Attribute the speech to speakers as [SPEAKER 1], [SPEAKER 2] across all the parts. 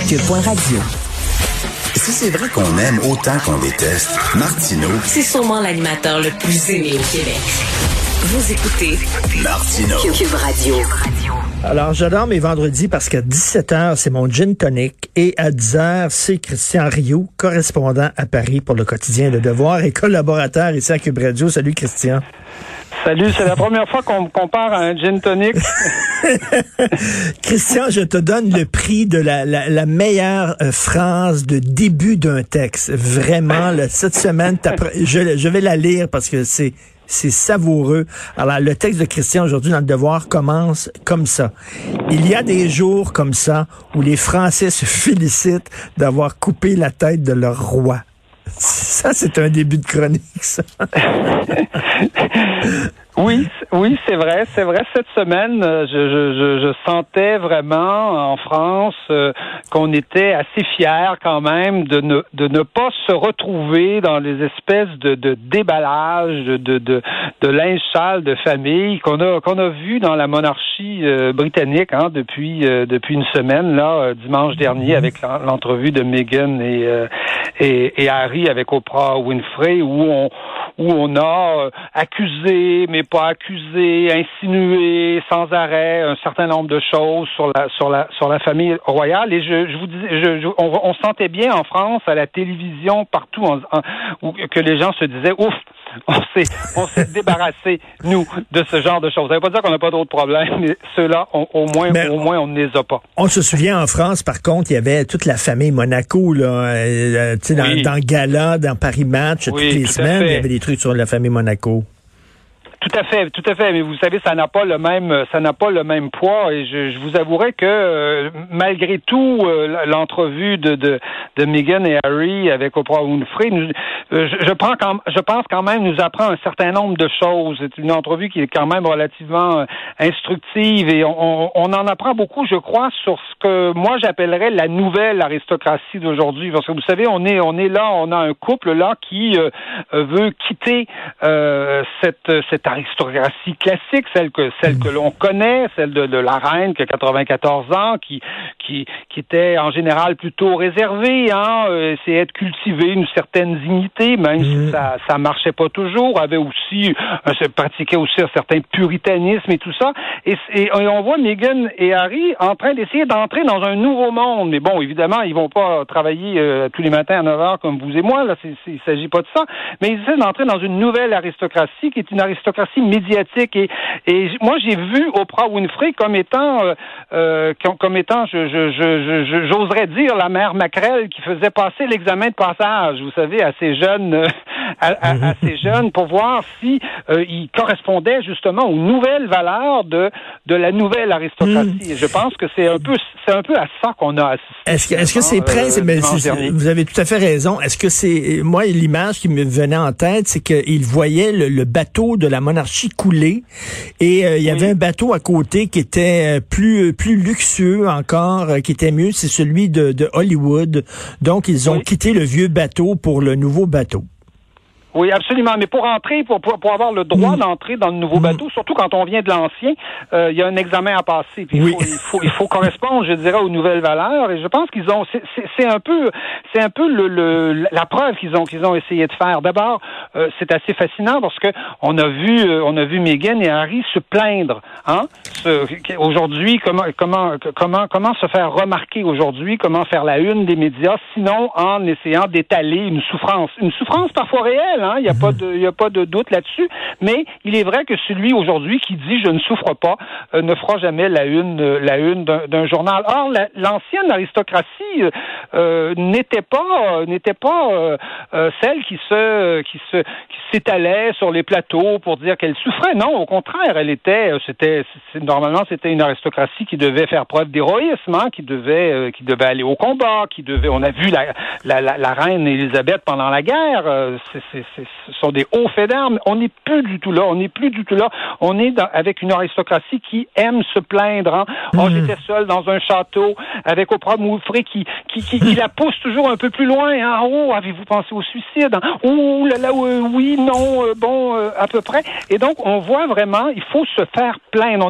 [SPEAKER 1] Cube.radio.
[SPEAKER 2] Si c'est vrai qu'on aime autant qu'on déteste, Martineau,
[SPEAKER 1] c'est sûrement l'animateur le plus aimé au Québec. Vous écoutez
[SPEAKER 2] Martineau.
[SPEAKER 1] Cube Radio.
[SPEAKER 3] Alors, j'adore mes vendredis parce qu'à 17h, c'est mon gin tonic et à 10h, c'est Christian Rioux, correspondant à Paris pour le quotidien Le Devoir et collaborateur ici à Cube Radio. Salut, Christian.
[SPEAKER 4] Salut, c'est la première fois qu'on me compare à un gin tonic.
[SPEAKER 3] Christian, je te donne le prix de la meilleure phrase de début d'un texte. Vraiment, là, cette semaine, je vais la lire parce que c'est savoureux. Alors, le texte de Christian aujourd'hui dans Le Devoir commence comme ça. Il y a des jours comme ça où les Français se félicitent d'avoir coupé la tête de leur roi. Ça, c'est un début de chronique, ça.
[SPEAKER 4] Oui, c'est vrai. Cette semaine, je sentais vraiment en France qu'on était assez fiers quand même de ne pas se retrouver dans les espèces de déballage, de linge sale de famille qu'on a vu dans la monarchie britannique depuis une semaine là, dimanche dernier avec l'entrevue de Meghan et Harry avec Oprah Winfrey où on a accusé, mais pas accusé, insinué sans arrêt un certain nombre de choses sur la famille royale. Et je vous disais, on sentait bien en France, à la télévision, partout, que les gens se disaient, ouf, on s'est débarrassé, nous, de ce genre de choses. Ça veut pas dire qu'on n'a pas d'autres problèmes, mais ceux-là, au moins, on ne les a pas.
[SPEAKER 3] On se souvient en France, par contre, il y avait toute la famille Monaco, là, tu sais, dans Gala, dans Paris Match, toutes les semaines, il y avait des trucs sur la famille Monaco.
[SPEAKER 4] Tout à fait. Mais vous savez, ça n'a pas le même poids. Et je vous avouerai que malgré tout, l'entrevue de Meghan et Harry avec Oprah Winfrey, je pense quand même nous apprend un certain nombre de choses. C'est une entrevue qui est quand même relativement instructive et on en apprend beaucoup, je crois, sur ce que moi j'appellerais la nouvelle aristocratie d'aujourd'hui. Parce que vous savez, on est là, on a un couple là qui veut quitter cette aristocratie classique, celle que l'on connaît, celle de la reine qui a 94 ans, qui était en général plutôt réservée, essayait de cultiver une certaine dignité, même si ça marchait pas toujours, se pratiquait aussi un certain puritanisme et tout ça. Et on voit Meghan et Harry en train d'essayer d'entrer dans un nouveau monde. Mais bon, évidemment, ils vont pas travailler tous les matins à 9h comme vous et moi, là, il s'agit pas de ça, mais ils essaient d'entrer dans une nouvelle aristocratie qui est une aristocratie médiatique et moi j'ai vu Oprah Winfrey comme étant j'oserais dire la mère Macrel qui faisait passer l'examen de passage, vous savez, à ces jeunes pour voir si il correspondait justement aux nouvelles valeurs de la nouvelle aristocratie. Et je pense que c'est un peu à ça qu'on a assisté.
[SPEAKER 3] Est-ce que c'est prêt? Vous avez tout à fait raison. Est-ce que c'est moi l'image qui me venait en tête, c'est qu'il voyait le bateau de la monarchie couler et il y avait un bateau à côté qui était plus luxueux encore, qui était mieux, c'est celui de Hollywood. Donc ils ont quitté le vieux bateau pour le nouveau bateau.
[SPEAKER 4] Oui, absolument. Mais pour entrer, pour avoir le droit d'entrer dans le nouveau bateau, surtout quand on vient de l'ancien, il y a un examen à passer. Puis il faut correspondre, je dirais, aux nouvelles valeurs. Et je pense qu'ils ont, c'est un peu la preuve qu'ils ont essayé de faire. D'abord, c'est assez fascinant parce que on a vu Meghan et Harry se plaindre, aujourd'hui, comment se faire remarquer aujourd'hui, comment faire la une des médias, sinon en essayant d'étaler une souffrance parfois réelle. Il n'y a pas de doute là-dessus, mais il est vrai que celui aujourd'hui qui dit je ne souffre pas ne fera jamais la une d'un journal. Or, l'ancienne aristocratie n'était pas celle qui s'étalait sur les plateaux pour dire qu'elle souffrait. Non, au contraire, normalement c'était une aristocratie qui devait faire preuve d'héroïsme, qui devait aller au combat, on a vu la reine Élisabeth pendant la guerre, ce sont des hauts faits d'armes. On n'est plus du tout là. On est avec une aristocratie qui aime se plaindre. Hein? Oh, j'étais seul dans un château avec Oprah Winfrey qui la pousse toujours un peu plus loin. Hein? Oh, avez-vous pensé au suicide? Hein? Oh là là, oui, non, à peu près. Et donc, on voit vraiment, il faut se faire plaindre.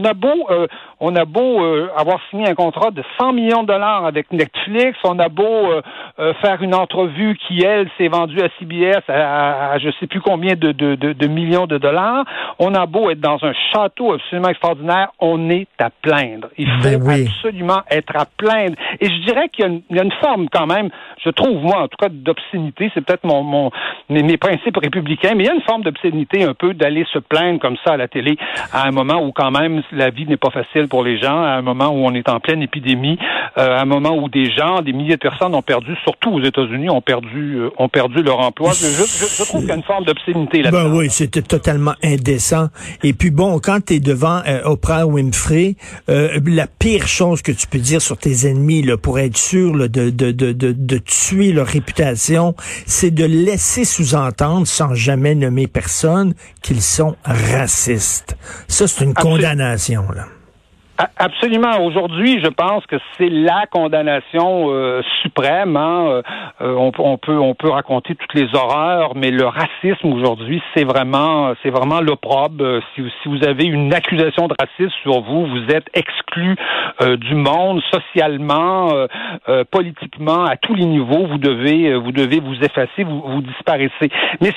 [SPEAKER 4] On a beau avoir signé un contrat de 100 millions de dollars avec Netflix, on a beau faire une entrevue qui, elle, s'est vendue à CBS à je sais plus combien de millions de dollars, on a beau être dans un château absolument extraordinaire, on est à plaindre. Il faut absolument être à plaindre. Et je dirais qu'il y a une forme quand même, je trouve, moi, en tout cas, d'obscénité, c'est peut-être mes principes républicains, mais il y a une forme d'obscénité un peu d'aller se plaindre comme ça à la télé à un moment où quand même la vie n'est pas facile pour les gens, à un moment où on est en pleine épidémie, à un moment où des milliers de personnes ont perdu, surtout aux États-Unis, ont perdu leur emploi. Je trouve qu'il y a une forme d'obscénité là-dedans.
[SPEAKER 3] Ben oui, c'était totalement indécent. Et puis bon, quand tu es devant Oprah Winfrey, la pire chose que tu peux dire sur tes ennemis là, pour être sûr là, de tuer leur réputation, c'est de laisser sous-entendre, sans jamais nommer personne, qu'ils sont racistes. Ça, c'est une condamnation, là.
[SPEAKER 4] Absolument. Aujourd'hui, je pense que c'est la condamnation suprême. Hein. On peut raconter toutes les horreurs, mais le racisme aujourd'hui, c'est vraiment l'opprobre. Si vous avez une accusation de racisme sur vous, vous êtes exclu du monde socialement, politiquement, à tous les niveaux. Vous devez vous effacer, vous disparaissez. Mais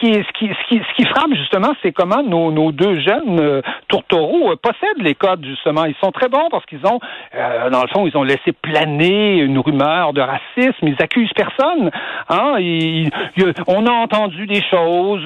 [SPEAKER 4] ce qui frappe justement, c'est comment nos deux jeunes tourtereaux possèdent les codes justement. Ils sont très bons parce qu'ils ont, dans le fond, ils ont laissé planer une rumeur de racisme. Ils accusent personne. Hein? On a entendu des choses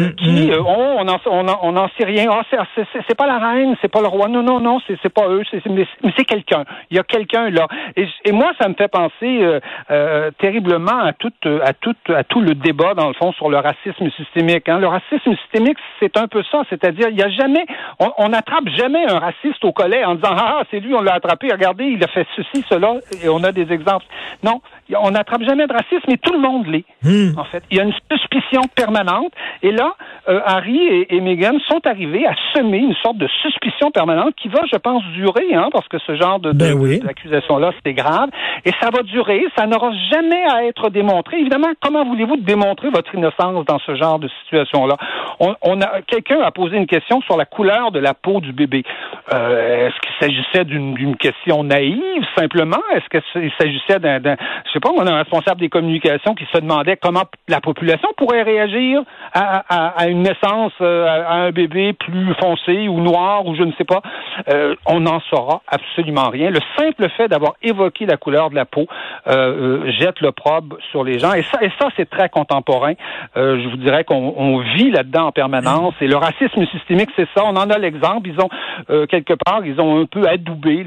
[SPEAKER 4] on n'en sait rien. C'est pas la reine, c'est pas le roi. Non, c'est pas eux. Mais c'est quelqu'un. Il y a quelqu'un là. Et moi, ça me fait penser terriblement à tout le débat dans le fond sur le racisme systémique. Hein? Le racisme systémique, c'est un peu ça. C'est-à-dire, il y a jamais, on n'attrape jamais un raciste au collet en disant c'est lui, on l'a attrapé, regardez, il a fait ceci, cela, et on a des exemples. Non, on n'attrape jamais de racisme, mais tout le monde l'est, en fait. Il y a une suspicion permanente, et là, Harry et Meghan sont arrivés à semer une sorte de suspicion permanente qui va, je pense, durer, parce que ce genre d'accusation-là, c'est grave, et ça va durer, ça n'aura jamais à être démontré. Évidemment, comment voulez-vous démontrer votre innocence dans ce genre de situation-là? Quelqu'un a posé une question sur la couleur de la peau du bébé. Est-ce qu'il s'agissait d'une question naïve, simplement? Est-ce qu'il s'agissait d'un responsable des communications qui se demandait comment la population pourrait réagir à une naissance, à un bébé plus foncé ou noir, ou je ne sais pas? On n'en saura absolument rien. Le simple fait d'avoir évoqué la couleur de la peau jette l'opprobre sur les gens. Et ça, c'est très contemporain. Je vous dirais qu'on vit là-dedans en permanence. Et le racisme systémique, c'est ça. On en a l'exemple. Ils ont, quelque part, ils ont un peu adoubé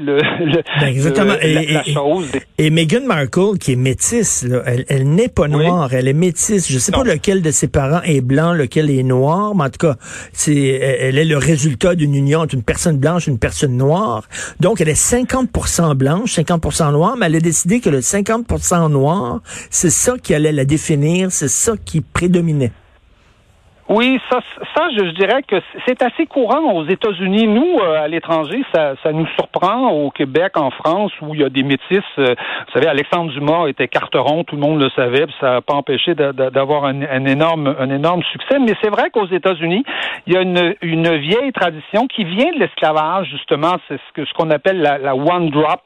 [SPEAKER 4] la chose.
[SPEAKER 3] Et Meghan Markle, qui est métisse, là, elle n'est pas noire, elle est métisse. Je sais pas lequel de ses parents est blanc, lequel est noir, mais en tout cas, elle est le résultat d'une union entre une personne blanche et une personne noire. Donc, elle est 50% blanche, 50% noire, mais elle a décidé que le 50% noir, c'est ça qui allait la définir, c'est ça qui prédominait.
[SPEAKER 4] Oui, ça, je dirais que c'est assez courant aux États-Unis. Nous, à l'étranger, ça nous surprend. Au Québec, en France, où il y a des métis. Vous savez, Alexandre Dumas était carteron, tout le monde le savait, puis ça n'a pas empêché d'avoir un énorme succès. Mais c'est vrai qu'aux États-Unis, il y a une vieille tradition qui vient de l'esclavage, justement. C'est ce qu'on appelle la one drop,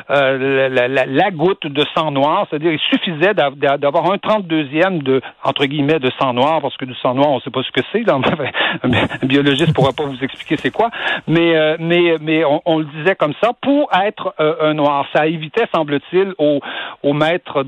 [SPEAKER 4] la goutte de sang noir. C'est-à-dire, il suffisait d'avoir un 32e entre guillemets, de sang noir, parce que du sang noir, on sait pas ce que c'est. Un biologiste pourra pas vous expliquer c'est quoi. Mais on le disait comme ça pour être un noir. Ça évitait, semble-t-il, aux maîtres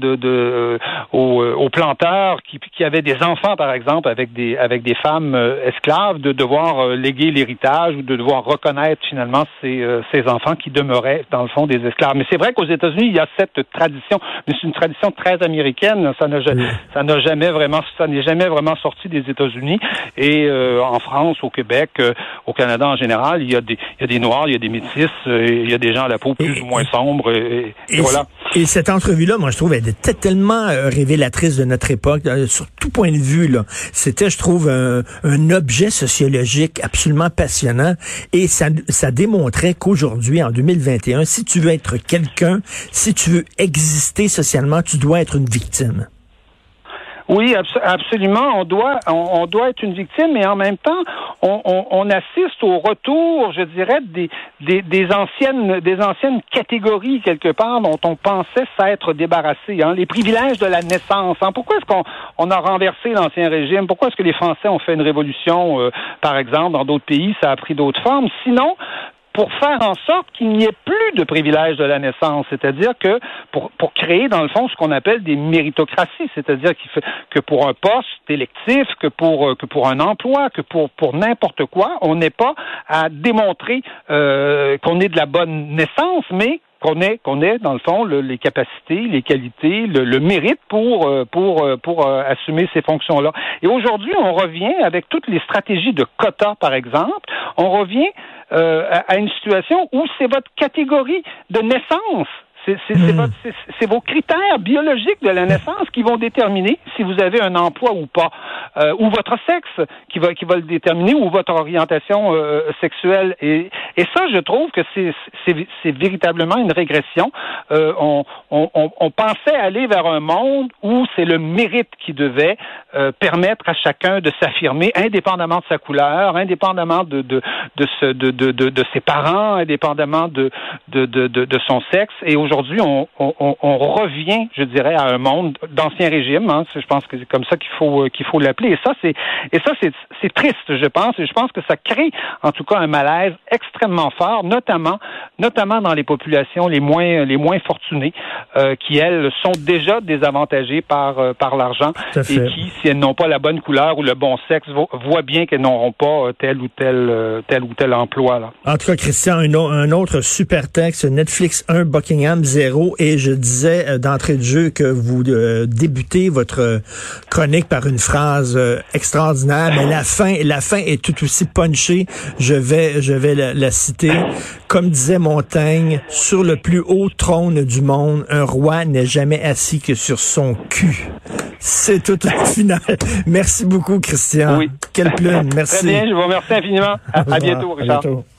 [SPEAKER 4] aux planteurs qui avaient des enfants, par exemple, avec des femmes esclaves, de devoir léguer l'héritage ou de devoir reconnaître finalement ces enfants qui demeuraient dans le fond des esclaves. Mais c'est vrai qu'aux États-Unis, il y a cette tradition, mais c'est une tradition très américaine. Ça n'est jamais vraiment sorti des États-Unis. États-Unis et en France, au Québec, au Canada en général, il y a des Noirs, il y a des Métis, il y a des gens à la peau plus ou moins sombre et voilà.
[SPEAKER 3] Et cette entrevue-là, moi, je trouve, elle était tellement révélatrice de notre époque, sur tout point de vue, là. C'était, je trouve, un objet sociologique absolument passionnant. Et ça démontrait qu'aujourd'hui, en 2021, si tu veux être quelqu'un, si tu veux exister socialement, tu dois être une victime.
[SPEAKER 4] Oui, absolument. On doit être une victime, mais en même temps, on assiste au retour, je dirais, des anciennes catégories quelque part dont on pensait s'être débarrassé. Hein. Les privilèges de la naissance. Hein. Pourquoi est-ce qu'on a renversé l'Ancien Régime? Pourquoi est-ce que les Français ont fait une révolution, par exemple, dans d'autres pays, ça a pris d'autres formes? Sinon, pour faire en sorte qu'il n'y ait plus de privilèges de la naissance, c'est-à-dire que pour créer, dans le fond, ce qu'on appelle des méritocraties, c'est-à-dire que pour un poste électif, que pour un emploi, que pour n'importe quoi, on n'est pas à démontrer qu'on est de la bonne naissance, mais qu'on ait dans le fond les capacités, les qualités, le mérite pour assumer ces fonctions-là. Et aujourd'hui, on revient avec toutes les stratégies de quotas, par exemple, on revient à une situation où c'est votre catégorie de naissance. C'est vos critères biologiques de la naissance qui vont déterminer si vous avez un emploi ou pas, ou votre sexe qui va le déterminer, ou votre orientation sexuelle. Et ça, je trouve que c'est véritablement une régression. On pensait aller vers un monde où c'est le mérite qui devait permettre à chacun de s'affirmer, indépendamment de sa couleur, indépendamment de ses parents, indépendamment de son sexe. Et aujourd'hui, on revient, je dirais, à un monde d'ancien régime. Hein. Je pense que c'est comme ça qu'il faut l'appeler. Et ça, c'est triste, je pense. Et je pense que ça crée, en tout cas, un malaise extrêmement fort, notamment dans les populations les moins fortunées, qui elles sont déjà désavantagées par l'argent et qui, si elles n'ont pas la bonne couleur ou le bon sexe, voient bien qu'elles n'auront pas tel ou tel emploi. Là.
[SPEAKER 3] En tout cas, Christian, un autre super texte, Netflix 1, Buckingham 0, et je disais d'entrée de jeu que vous débutez votre chronique par une phrase extraordinaire, mais la fin est tout aussi punchée. Je vais la citer. Comme disait Montaigne, sur le plus haut trône du monde, un roi n'est jamais assis que sur son cul. C'est tout au final. Merci beaucoup, Christian.
[SPEAKER 4] Oui.
[SPEAKER 3] Quelle plume. Merci.
[SPEAKER 4] Très bien, je vous remercie infiniment. À bientôt, Richard. À bientôt.